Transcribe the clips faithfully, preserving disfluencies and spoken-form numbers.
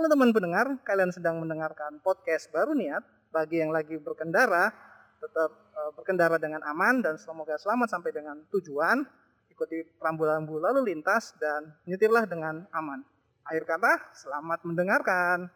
Halo teman pendengar, kalian sedang mendengarkan podcast Baru Niat. Bagi yang lagi berkendara, tetap uh, berkendara dengan aman dan semoga selamat sampai dengan tujuan. Ikuti rambu-rambu lalu lintas dan nyetirlah dengan aman. Akhir kata, selamat mendengarkan.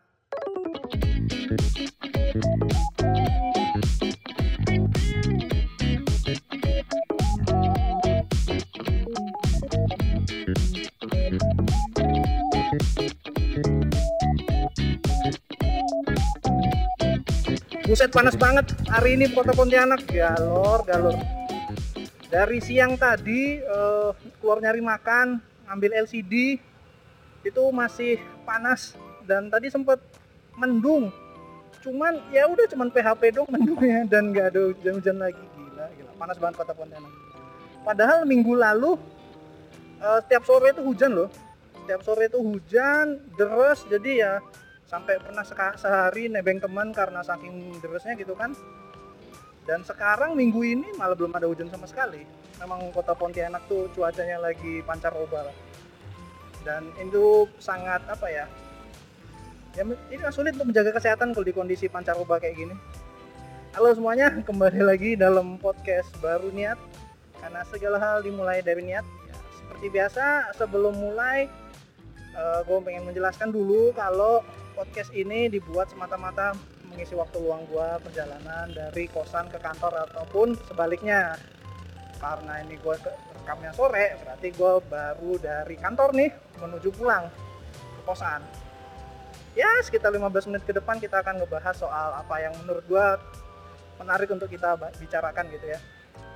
Buset, panas banget hari ini Kota Pontianak. Galor, galor. Dari siang tadi uh, keluar nyari makan, ngambil L C D, itu masih panas dan tadi sempat mendung. Cuman ya udah cuman P H P dong mendungnya dan nggak ada hujan-hujan lagi. Gila, gila. Panas banget Kota Pontianak. Padahal minggu lalu uh, setiap sore itu hujan loh. Setiap sore itu hujan, deres, jadi ya sampai pernah sehari nebeng teman karena saking derasnya gitu kan. Dan sekarang minggu ini malah belum ada hujan sama sekali. Memang Kota Pontianak tuh cuacanya lagi pancaroba lah. Dan itu sangat apa ya, ya ini sulit untuk menjaga kesehatan kalau di kondisi pancaroba kayak gini. Halo semuanya, kembali lagi dalam podcast Baru Niat, karena segala hal dimulai dari niat ya, seperti biasa sebelum mulai uh, gue pengen menjelaskan dulu kalau podcast ini dibuat semata-mata mengisi waktu luang gua perjalanan dari kosan ke kantor ataupun sebaliknya. Karena ini gua rekamnya sore, berarti gua baru dari kantor nih menuju pulang ke kosan. Ya, sekitar lima belas menit ke depan kita akan ngebahas soal apa yang menurut gua menarik untuk kita bicarakan gitu ya.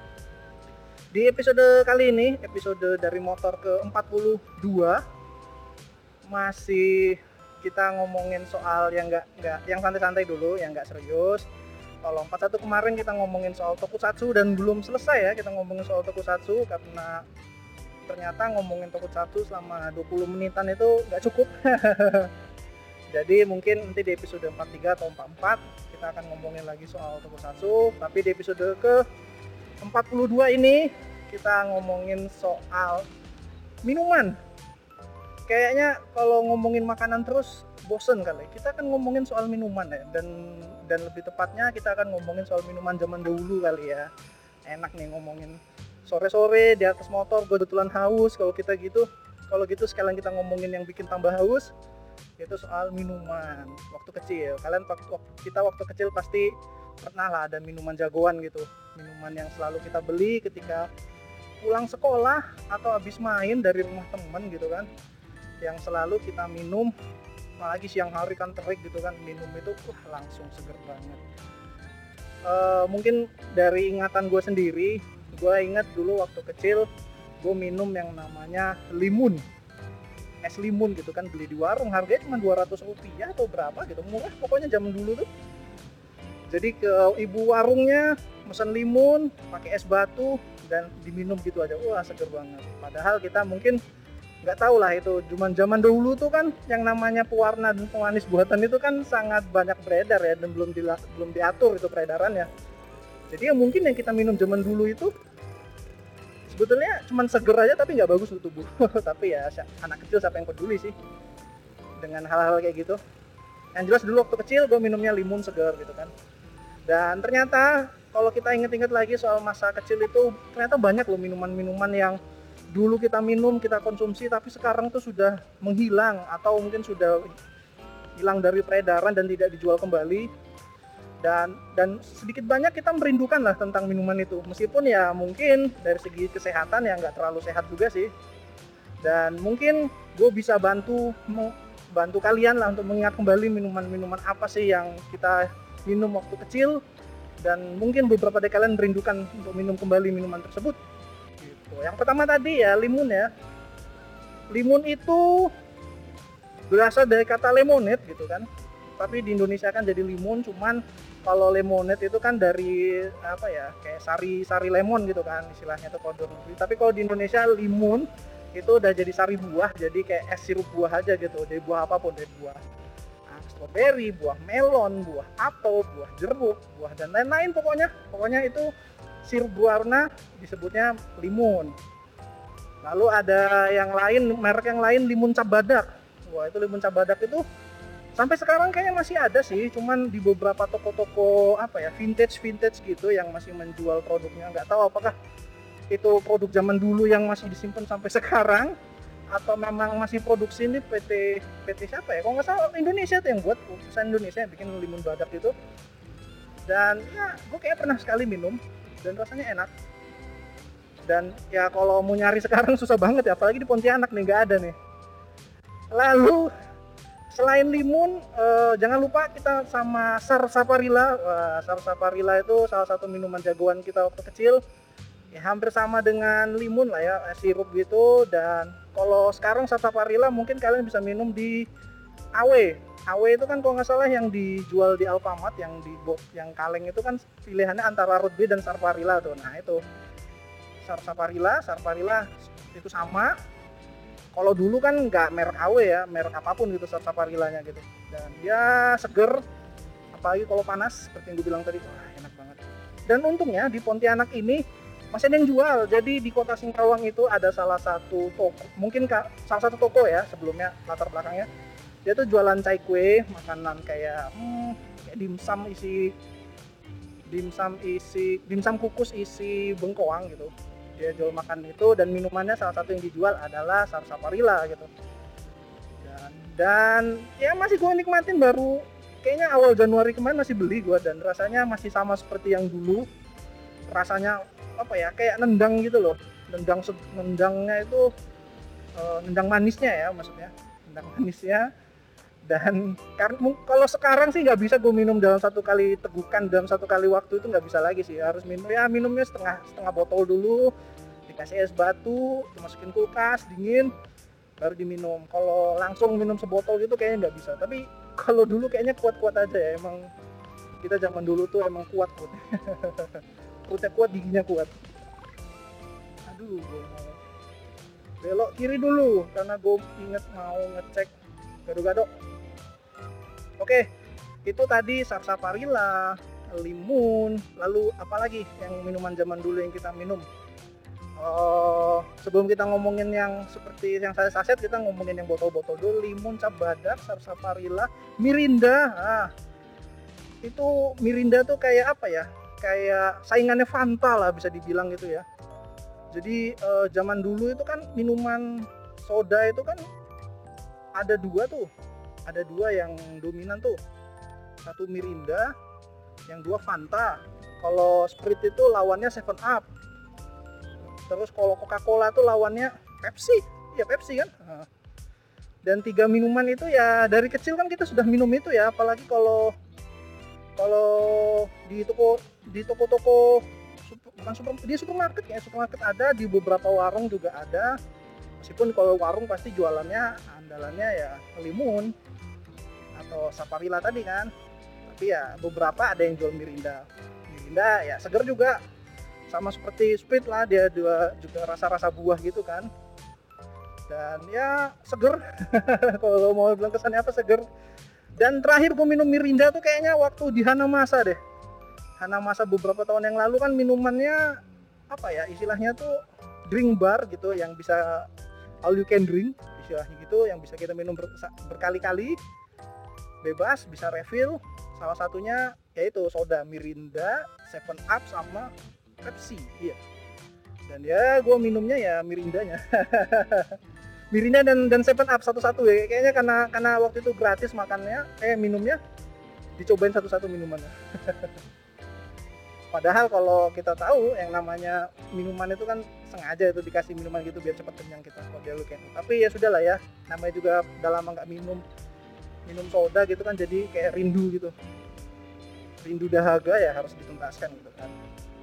Di episode kali ini, episode dari motor ke empat puluh dua, masih kita ngomongin soal yang nggak nggak yang santai-santai dulu, yang nggak serius. Kalau empat puluh satu kemarin kita ngomongin soal tokusatsu dan belum selesai ya kita ngomongin soal tokusatsu karena ternyata ngomongin tokusatsu selama dua puluh menitan itu nggak cukup. Jadi mungkin nanti di episode empat puluh tiga atau empat puluh empat kita akan ngomongin lagi soal tokusatsu. Tapi di episode ke empat puluh dua ini kita ngomongin soal minuman. Kayaknya kalau ngomongin makanan terus bosen kali. Kita akan ngomongin soal minuman ya, dan dan lebih tepatnya kita akan ngomongin soal minuman zaman dahulu kali ya. Enak nih ngomongin sore-sore di atas motor, gue kebetulan haus. Kalau kita gitu, kalau gitu sekalian kita ngomongin yang bikin tambah haus, yaitu soal minuman waktu kecil. Kalian waktu kita waktu kecil pasti pernah lah ada minuman jagoan gitu, minuman yang selalu kita beli ketika pulang sekolah atau habis main dari rumah temen gitu kan, yang selalu kita minum, apalagi siang hari kan terik gitu kan, minum itu uh, langsung seger banget. Uh, mungkin dari ingatan gue sendiri, gue ingat dulu waktu kecil gue minum yang namanya limun, es limun gitu kan, beli di warung, harganya cuma dua ratus rupiah atau berapa gitu, murah pokoknya zaman dulu tuh. Jadi ke ibu warungnya pesan limun pakai es batu dan diminum gitu aja, wah seger banget. Padahal kita mungkin nggak tahu lah itu, cuman zaman dahulu tuh kan yang namanya pewarna dan pemanis buatan itu kan sangat banyak beredar ya, dan belum di, belum diatur itu peredarannya. Jadi ya mungkin yang kita minum zaman dulu itu sebetulnya cuman seger aja tapi nggak bagus untuk tubuh. Tapi ya anak kecil siapa yang peduli sih dengan hal-hal kayak gitu. Yang jelas dulu waktu kecil gue minumnya limun seger gitu kan. Dan ternyata kalau kita inget-inget lagi soal masa kecil itu, ternyata banyak loh minuman-minuman yang dulu kita minum, kita konsumsi, tapi sekarang tuh sudah menghilang atau mungkin sudah hilang dari peredaran dan tidak dijual kembali. Dan dan sedikit banyak kita merindukan lah tentang minuman itu. Meskipun ya mungkin dari segi kesehatan ya nggak terlalu sehat juga sih. Dan mungkin gue bisa bantu bantu kalian lah untuk mengingat kembali minuman-minuman apa sih yang kita minum waktu kecil. Dan mungkin beberapa dari kalian merindukan untuk minum kembali minuman tersebut. Yang pertama tadi ya limun ya. Limun itu berasal dari kata lemonade gitu kan. Tapi di Indonesia kan jadi limun, cuman kalau lemonade itu kan dari apa ya, kayak sari-sari lemon gitu kan istilahnya itu kode. Tapi kalau di Indonesia limun itu udah jadi sari buah, jadi kayak es sirup buah aja gitu, dari buah apapun, dari buah nah, strawberry, buah melon, buah apel, buah jeruk, buah dan lain-lain pokoknya. Pokoknya itu sirup berwarna disebutnya limun. Lalu ada yang lain, merek yang lain limun cabadak. Wah itu limun cabadak itu Sampai sekarang kayaknya masih ada sih, cuman di beberapa toko-toko apa ya, vintage-vintage gitu yang masih menjual produknya. Nggak tahu apakah itu produk zaman dulu yang masih disimpan sampai sekarang atau memang masih produksi ini P T P T siapa ya? Kalau nggak salah Indonesia tuh yang buat, perusahaan Indonesia yang bikin limun badak itu. Dan ya gue kayak pernah sekali minum dan rasanya enak. Dan ya kalau mau nyari sekarang susah banget ya, apalagi di Pontianak nih nggak ada nih. Lalu selain limun, eh, jangan lupa kita sama sarsaparilla. Wah, sarsaparilla itu salah satu minuman jagoan kita waktu kecil. Ya hampir sama dengan limun lah ya, sirup gitu. Dan kalau sekarang sarsaparilla mungkin kalian bisa minum di A W. A W itu kan kalau nggak salah yang dijual di Alfamart, yang di yang kaleng itu kan pilihannya antara root beer dan sarsaparilla tuh. Nah itu sarsaparilla, sarsaparilla itu sama. Kalau dulu kan nggak merek A W ya, merek apapun gitu sarsaparillanya gitu. Dan dia seger, apalagi kalau panas seperti yang gue bilang tadi, wah enak banget. Dan untungnya di Pontianak ini masih ada yang jual. Jadi di Kota Singkawang itu ada salah satu toko, mungkin kak, salah satu toko ya sebelumnya latar belakangnya. Dia tuh jualan cai kue, makanan kayak hmm, kayak dimsum isi dimsum isi dimsum kukus isi bengkoang gitu. Dia jual makan itu, dan minumannya salah satu yang dijual adalah sarsaparilla gitu. Dan, dan ya masih gue nikmatin, baru kayaknya awal Januari kemarin masih beli gue, dan rasanya masih sama seperti yang dulu. Rasanya apa ya, kayak nendang gitu loh. Nendang nendangnya itu uh, nendang manisnya ya maksudnya, nendang manisnya. Dan karena kalau sekarang sih nggak bisa gue minum dalam satu kali tegukan, dalam satu kali waktu itu nggak bisa lagi sih, harus minum ya minumnya setengah setengah botol dulu, dikasih es batu, dimasukin kulkas dingin, baru diminum. Kalau langsung minum sebotol gitu kayaknya nggak bisa. Tapi kalau dulu kayaknya kuat-kuat aja ya, emang kita zaman dulu tuh emang kuat kuat perutnya kuat, giginya kuat. Aduh, gue mau belok kiri dulu karena gue inget mau ngecek gado-gado. Oke, itu tadi sarsaparilla, limun, lalu apalagi yang minuman zaman dulu yang kita minum. Uh, sebelum kita ngomongin yang seperti yang saya saset, kita ngomongin yang botol-botol dulu. Limun, cap badak, sarsaparilla, mirinda. Ah, itu mirinda tuh kayak apa ya? Kayak saingannya Fanta lah bisa dibilang gitu ya. Jadi uh, zaman dulu itu kan minuman soda itu kan ada dua tuh. Ada dua yang dominan tuh, satu Mirinda, yang dua Fanta. Kalau Sprite itu lawannya Seven Up. Terus kalau Coca-Cola tuh lawannya Pepsi, ya Pepsi kan. Dan tiga minuman itu ya dari kecil kan kita sudah minum itu ya, apalagi kalau kalau di toko di toko-toko bukan super, di supermarket ya, supermarket ada, di beberapa warung juga ada. Meskipun kalau warung pasti jualannya andalannya ya limun atau sarsaparilla tadi kan, tapi ya beberapa ada yang jual mirinda. Mirinda ya seger juga, sama seperti Sprite lah, dia juga, juga rasa-rasa buah gitu kan, dan ya seger. Kalau mau bilang kesannya apa, seger. Dan terakhir gue minum mirinda tuh kayaknya waktu di Hanamasa deh. Hanamasa beberapa tahun yang lalu kan minumannya apa ya, istilahnya tuh drink bar gitu, yang bisa all you can drink istilahnya gitu, yang bisa kita minum ber, berkali-kali bebas, bisa refill. Salah satunya yaitu soda Mirinda, Seven Up sama Pepsi. Iya. Dan ya gue minumnya ya Mirindanya. Mirinda dan dan Seven Up satu-satu ya. Kayaknya karena karena waktu itu gratis makannya, eh minumnya dicobain satu-satu minumannya. Padahal kalau kita tahu yang namanya minuman itu kan sengaja itu dikasih minuman gitu biar cepat kenyang kita kalau dia luken. Tapi ya sudahlah ya, namanya juga udah lama nggak minum minum soda gitu kan, jadi kayak rindu gitu. Rindu dahaga ya harus dituntaskan gitu kan.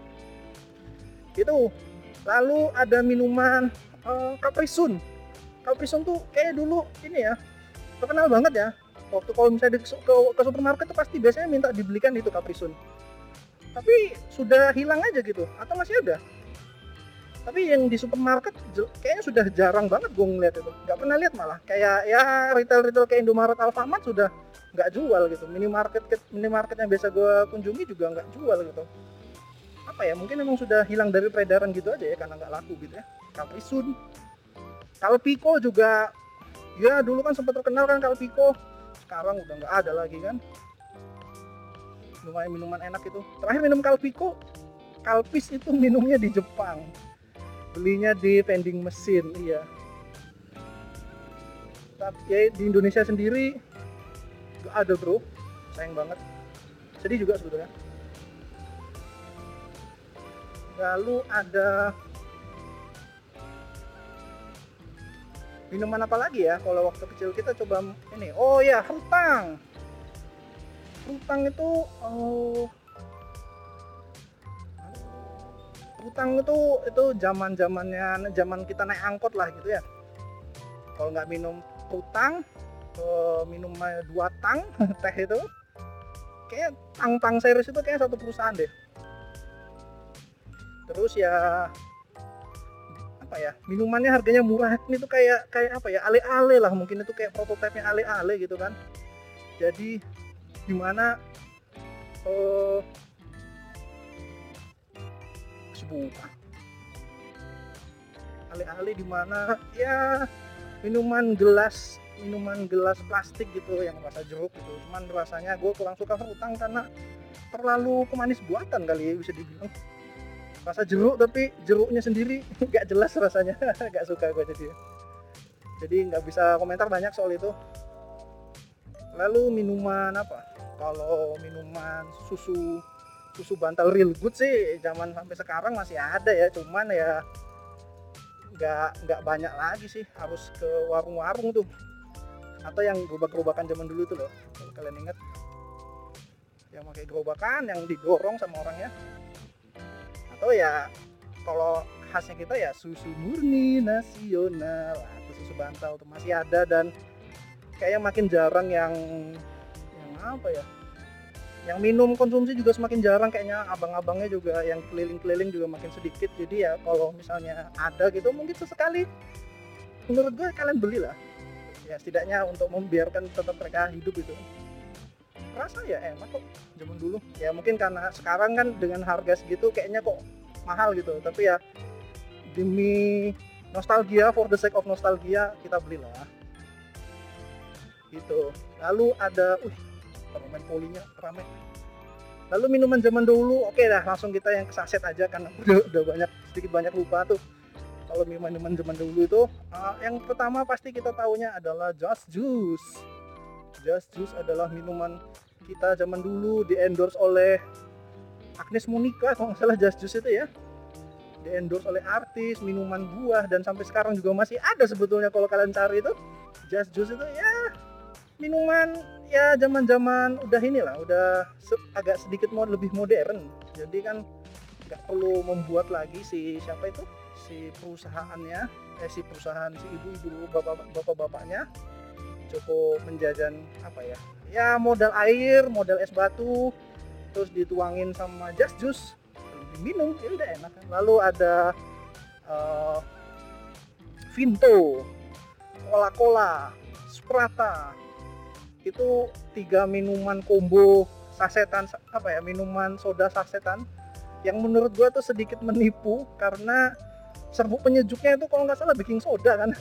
Gitu. Lalu ada minuman uh, Capri Sun. Capri Sun tuh kayak dulu ini ya, terkenal banget ya. Waktu kalau misalnya di, ke, ke supermarket tuh pasti biasanya minta dibelikan itu Capri Sun. Tapi sudah hilang aja gitu, atau masih ada. Tapi yang di supermarket kayaknya sudah jarang banget gue ngeliat itu, nggak pernah lihat malah. Kayak ya retail-retail kayak Indomaret, Alfamart sudah nggak jual gitu. Minimarket minimarket yang biasa gue kunjungi juga nggak jual gitu. Apa ya, mungkin memang sudah hilang dari peredaran gitu aja ya, karena nggak laku gitu ya. Capri Sun, Calpiko juga, ya dulu kan sempat terkenal kan Calpiko. sekarang udah nggak ada lagi kan. Lumayan minuman enak itu. Terakhir minum Calpiko, Calpis itu minumnya di Jepang, belinya di vending mesin. Iya, tapi ya, di Indonesia sendiri nggak ada bro, sayang banget, sedih juga sebetulnya. Lalu ada minuman apa lagi ya kalau waktu kecil kita coba ini? Oh ya, Frutang. Frutang itu oh, Frutang itu itu zaman zamannya zaman kita naik angkot lah gitu ya. Kalau nggak minum Frutang, eh, minum dua tang teh itu, kayak tang-tang series itu kayak satu perusahaan deh. Terus ya apa ya, minumannya harganya murah, ini tuh kayak kayak apa ya, ale-ale lah, mungkin itu kayak prototipenya ale-ale gitu kan. Jadi dimana uh, buka ale-ale dimana ya minuman gelas minuman gelas plastik gitu yang rasa jeruk gitu. Cuman rasanya gue kurang suka Frutang karena terlalu pemanis buatan kali ya, bisa dibilang rasa jeruk tapi jeruknya sendiri nggak jelas rasanya. Nggak suka gue jadi jadi nggak bisa komentar banyak soal itu. Lalu minuman apa? Kalau minuman susu susu bantal Real Good sih zaman sampai sekarang masih ada ya, cuman ya nggak nggak banyak lagi sih, harus ke warung-warung tuh, atau yang gerobak-gerobakan zaman dulu tuh loh, kalau kalian ingat, yang pakai gerobakan yang digorong sama orangnya. Atau ya kalau khasnya kita ya susu murni nasional atau susu bantal tuh masih ada, dan kayaknya makin jarang yang yang apa ya, yang minum konsumsi juga semakin jarang kayaknya. Abang-abangnya juga yang keliling-keliling juga makin sedikit. Jadi ya kalau misalnya ada gitu mungkin sesekali, menurut gue kalian belilah ya, setidaknya untuk membiarkan tetap mereka hidup itu. Rasa ya enak kok zaman dulu ya, mungkin karena sekarang kan dengan harga segitu kayaknya kok mahal gitu, tapi ya demi nostalgia, for the sake of nostalgia, kita belilah gitu. Lalu ada uh permen polinya rame. Lalu minuman zaman dulu, oke okay dah, langsung kita yang ke saset aja karena udah, udah banyak sedikit banyak lupa tuh. Kalau minuman zaman dulu itu uh, yang pertama pasti kita tahunya adalah Just Juice. Just Juice adalah minuman kita zaman dulu, di endorse oleh Agnes Monica kalau nggak salah. Just Juice itu ya di endorse oleh artis, minuman buah, dan sampai sekarang juga masih ada sebetulnya kalau kalian cari itu. Just Juice itu ya minuman ya zaman-zaman udah inilah, udah se- agak sedikit mau lebih modern. Jadi kan nggak perlu membuat lagi si siapa itu si perusahaannya, eh si perusahaan si ibu-ibu bapak bapak-bapaknya cukup menjajan apa ya, ya modal air, modal es batu, terus dituangin sama Just Juice, diminum ya udah enak kan. Lalu ada uh, Vinto, Coca-Cola, Sprata, itu tiga minuman combo sasetan, apa ya, minuman soda sasetan yang menurut gua tuh sedikit menipu karena serbuk penyejuknya itu kalau nggak salah baking soda kan.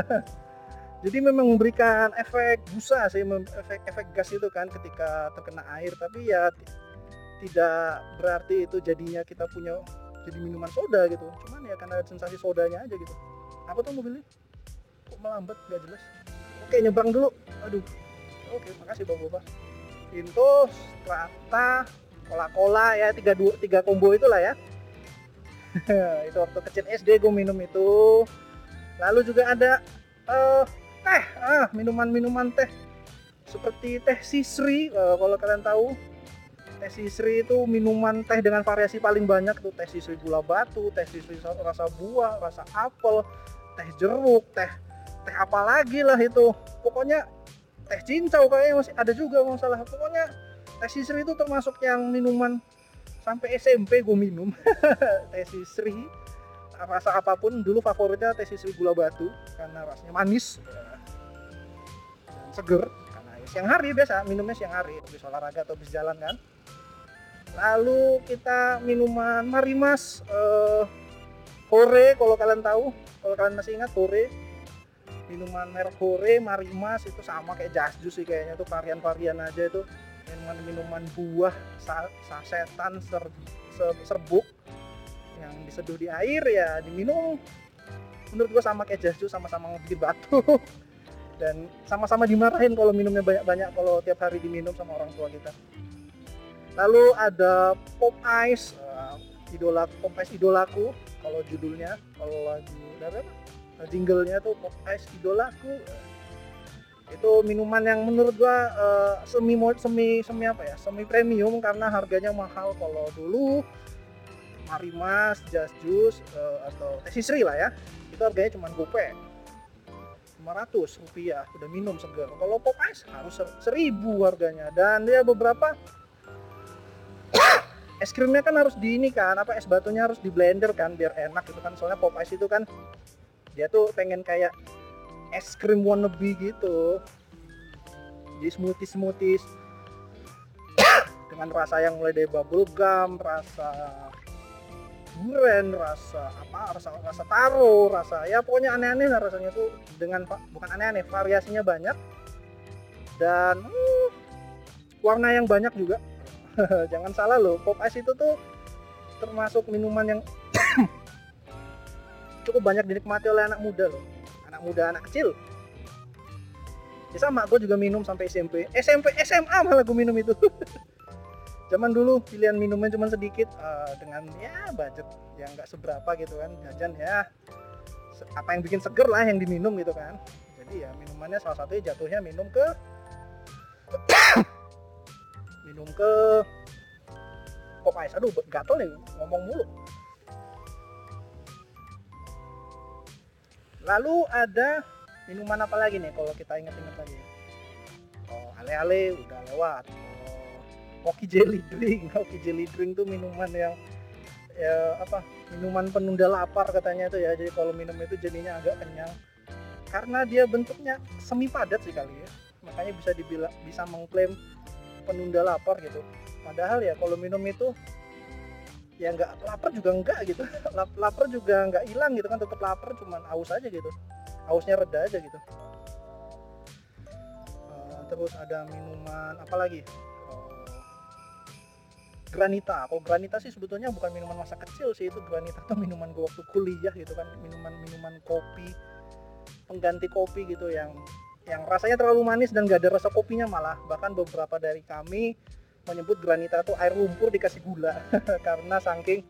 Jadi memang memberikan efek busa sih, efek efek gas itu kan ketika terkena air, tapi ya t- tidak berarti itu jadinya kita punya jadi minuman soda gitu. Cuman ya karena sensasi sodanya aja gitu. Apa tuh mobilnya kok melambat, nggak jelas. Oke, nyebrang dulu, aduh. Oke, makasih bapak-bapak. Vinto, Strata, Coca-Cola ya, tiga dua tiga combo itulah ya. Itu waktu kecil S D gue minum itu. Lalu juga ada uh, teh, ah minuman-minuman teh seperti teh Sisri. Uh, kalau kalian tahu, teh Sisri itu minuman teh dengan variasi paling banyak tuh. Teh Sisri gula batu, teh Sisri rasa buah, rasa apel, teh jeruk, teh teh apa lagi lah itu. Pokoknya teh cincau kayaknya masih ada juga kalau salah. Pokoknya teh Sisri itu termasuk yang minuman sampai S M P gue minum. Teh Sisri rasa apapun, dulu favoritnya teh Sisri gula batu karena rasanya manis dan seger. Karena siang hari biasa minumnya siang hari habis olahraga atau habis jalan kan. Lalu kita minuman Marimas, uh, Hore, kalau kalian tahu, kalau kalian masih ingat Hore. minuman merek Hore, Marimas itu sama kayak Just Juice sih kayaknya tuh, varian-varian aja itu. Minuman-minuman buah sa- sasetan ser- se- serbuk yang diseduh di air ya diminum. Menurut gua sama kayak Just Juice, sama-sama ngebikin batuk. Dan sama-sama dimarahin kalau minumnya banyak-banyak kalau tiap hari diminum sama orang tua kita. Lalu ada Pop Ice, uh, idola Pop Ice idolaku kalau judulnya, kalau lagu dari apa? Jinglenya tuh Pop Ice idolaku. Itu minuman yang menurut gua uh, semi semi semi apa ya? Semi premium karena harganya mahal. Kalau dulu Marimas, Just Juice uh, atau Teh Sisri lah ya. Itu harganya cuma gope. lima ratus rupiah udah minum segar. Kalau Pop Ice harus seribu harganya. Dan dia beberapa es krimnya kan harus di ini kan, apa es batunya harus di blender kan biar enak gitu kan. Soalnya Pop Ice itu kan dia tuh pengen kayak es krim wannabe gitu. Jadi smoothies-smoothies dengan rasa yang mulai dari bubble gum, rasa durian, rasa apa, rasa rasa taro, rasa ya pokoknya aneh-aneh lah rasanya tuh, dengan bukan aneh-aneh, variasinya banyak dan uh, warna yang banyak juga. Jangan salah loh, Pop Ice itu tuh termasuk minuman yang cukup banyak dinikmati oleh anak muda loh, anak muda, anak kecil. Ya sama, gue juga minum sampai S M P, S M P, S M A malah gue minum itu. Zaman dulu pilihan minumnya cuma sedikit, uh, dengan ya budget yang nggak seberapa gitu kan, jajan ya apa yang bikin seger lah yang diminum gitu kan. Jadi ya minumannya salah satunya jatuhnya minum ke minum ke Pop Ice. Aduh gatel nih ngomong mulu. Lalu ada minuman apa lagi nih kalau kita ingat-ingat lagi? Oh, ale-ale udah lewat. Oh, Oki Jelly Drink. Oki Jelly Drink tuh minuman yang ya apa? Minuman penunda lapar katanya itu ya. Jadi kalau minum itu jadinya agak kenyang. Karena dia bentuknya semi padat sih kali ya. Makanya bisa dibilang bisa mengklaim penunda lapar gitu. Padahal ya kalau minum itu ya nggak lapar juga enggak gitu. Lapar juga nggak hilang gitu kan, tetap lapar, cuman haus aja gitu. Hausnya reda aja gitu. Uh, terus ada minuman apa lagi? Uh, Granita. Kalau Granita sih sebetulnya bukan minuman masa kecil sih, itu Granita tuh minuman gue waktu kuliah gitu kan, minuman-minuman kopi, pengganti kopi gitu yang yang rasanya terlalu manis dan gak ada rasa kopinya malah. Bahkan beberapa dari kami menyebut Granita tuh air lumpur dikasih gula karena saking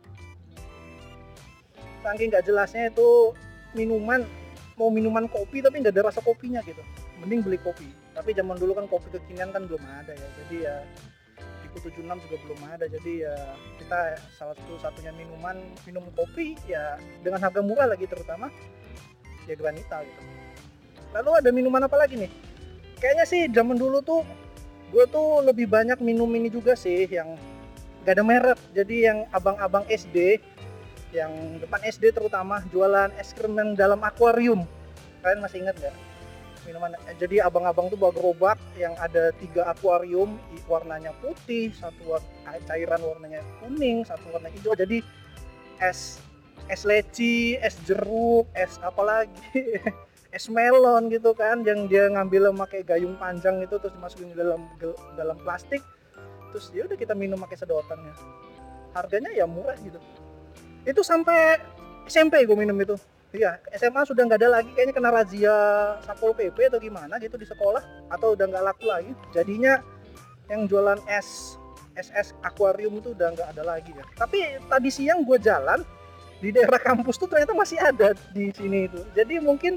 saking gak jelasnya itu minuman, mau minuman kopi tapi gak ada rasa kopinya gitu. Mending beli kopi. Tapi zaman dulu kan kopi kekinian kan belum ada ya, jadi ya Tiku tujuh enam juga belum ada. Jadi ya kita salah satu satunya minuman minum kopi ya dengan harga murah lagi, terutama ya Granita gitu. Lalu ada minuman apa lagi nih? Kayaknya sih zaman dulu tuh gue tuh lebih banyak minum ini juga sih, yang gak ada merek. Jadi yang abang-abang S D, yang depan S D terutama, jualan es krim yang dalam akuarium. Kalian masih ingat gak? Minuman, jadi abang-abang tuh bawa gerobak yang ada tiga akuarium, warnanya putih, satu cairan warnanya kuning, satu warna hijau. Jadi es es leci, es jeruk, es apa lagi? Es melon gitu kan, yang dia ngambil pakai gayung panjang itu terus dimasukin dalam dalam plastik, terus ya udah kita minum pakai sedotannya. Harganya ya murah gitu. Itu sampai S M P gue minum itu. Iya, S M A sudah nggak ada lagi, kayaknya kena razia Satpol P P atau gimana gitu di sekolah, atau udah nggak laku lagi. Jadinya yang jualan es es es akuarium itu udah nggak ada lagi ya. Tapi tadi siang gue jalan di daerah kampus tuh ternyata masih ada di sini itu. Jadi mungkin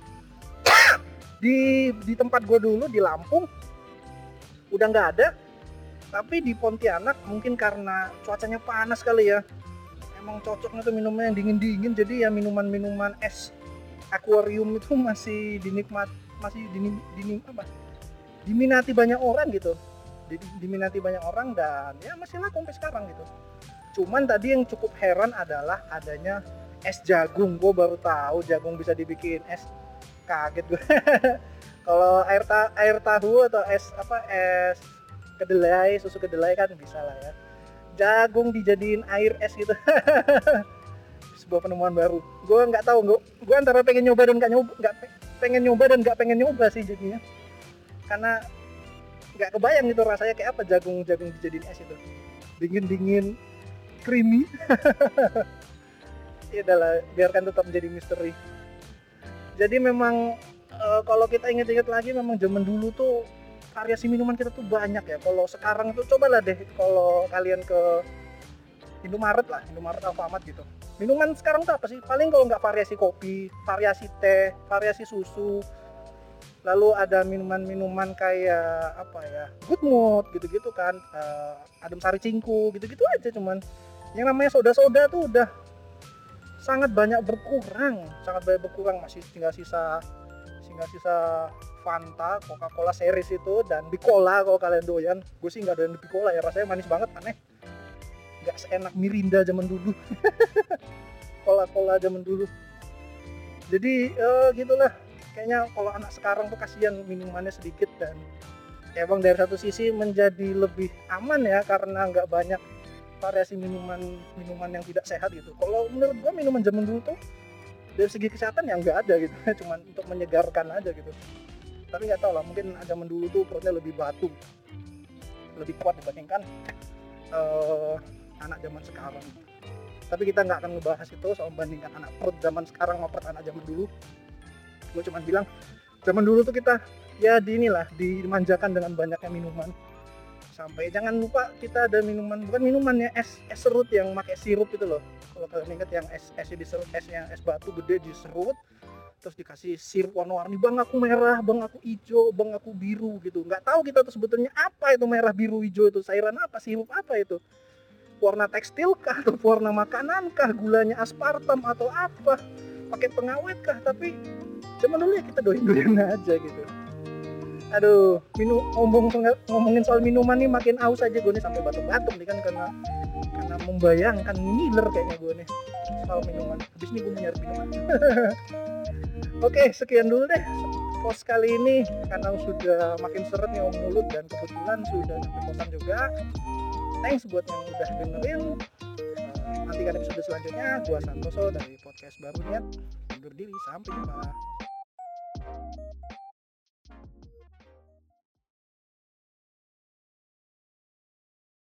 di di tempat gue dulu di Lampung udah nggak ada, tapi di Pontianak mungkin karena cuacanya panas kali ya, emang cocoknya tuh minumnya yang dingin-dingin. Jadi ya minuman-minuman es akuarium itu masih dinikmat, masih dinim, dinim, apa, diminati banyak orang gitu, diminati banyak orang dan ya masih laku sampai sekarang gitu. Cuman tadi yang cukup heran adalah adanya es jagung. Gue baru tahu jagung bisa dibikin es. Kaget gue. Kalau air ta- air tahu atau es apa es kedelai, susu kedelai kan bisa lah ya. Jagung dijadiin air es gitu. Sebuah penemuan baru. Gue nggak tahu, gue gue antara pengen nyoba dan nggak nyoba, nggak pengen nyoba dan nggak pengen nyoba sih jadinya, karena nggak kebayang gitu rasanya kayak apa jagung-jagung dijadiin es itu, dingin-dingin, creamy. Ya udahlah, biarkan tetap menjadi misteri. Jadi memang e, kalau kita ingat-ingat lagi, memang zaman dulu tuh variasi minuman kita tuh banyak ya. Kalau sekarang tuh cobalah deh kalau kalian ke Indomaret lah, Indomaret, Alfamart gitu. Minuman sekarang tuh apa sih? Paling kalau nggak variasi kopi, variasi teh, variasi susu. Lalu ada minuman-minuman kayak apa ya, Good Mood gitu-gitu kan, uh, adem sari cingku gitu-gitu aja. Cuman yang namanya soda-soda tuh udah sangat banyak berkurang, sangat banyak berkurang. Masih tinggal sisa, tinggal sisa Fanta, Coca-Cola series itu, dan Bicola kalau kalian doyan. Gue sih nggak doyan Bicola ya, rasanya manis banget, aneh. Nggak seenak Mirinda zaman dulu. Cola-Cola zaman dulu. Jadi uh, gitulah. Kayaknya kalau anak sekarang tuh kasihan minumannya sedikit, dan emang dari satu sisi menjadi lebih aman ya karena nggak banyak variasi minuman minuman yang tidak sehat gitu. Kalau menurut gua minuman zaman dulu tuh dari segi kesehatan ya nggak ada gitu, cuman untuk menyegarkan aja gitu. Tapi nggak tahu lah, mungkin zaman dulu tuh perutnya lebih batu, lebih kuat dibandingkan uh, anak zaman sekarang. Tapi kita nggak akan ngebahas itu soal bandingkan anak perut zaman sekarang sama perut anak zaman dulu. Gue cuma bilang zaman dulu tuh kita ya di inilah dimanjakan dengan banyaknya minuman. Sampai jangan lupa kita ada minuman, bukan minumannya, es es serut yang pakai sirup itu loh. Kalau kalian ingat yang es esnya diserut, esnya es batu gede diserut, terus dikasih sirup warna-warni, bang aku merah, bang aku hijau, bang aku biru gitu. Nggak tahu kita tuh sebetulnya apa itu merah, biru, hijau itu cairan apa, sirup apa itu? Warna tekstil kah atau warna makanan kah, gulanya aspartam atau apa, pakai pengawet kah? Tapi zaman dulu ya kita doyan-doyan aja gitu. Aduh, minum ngomong ngomongin soal minuman nih makin aus aja gue nih, sampai batuk-batuk nih kan, karena karena membayangkan ngiler kayaknya gue nih soal minuman. Habis ini gue nyari minuman. Oke, sekian dulu deh post kali ini, karena sudah makin seret nih om mulut, dan kebetulan sudah sampai kosan juga. Thanks buat yang udah dengerin. Uh, nantikan episode selanjutnya. Gua Santoso dari podcast Baru Niat undur diri, sampai jumpa.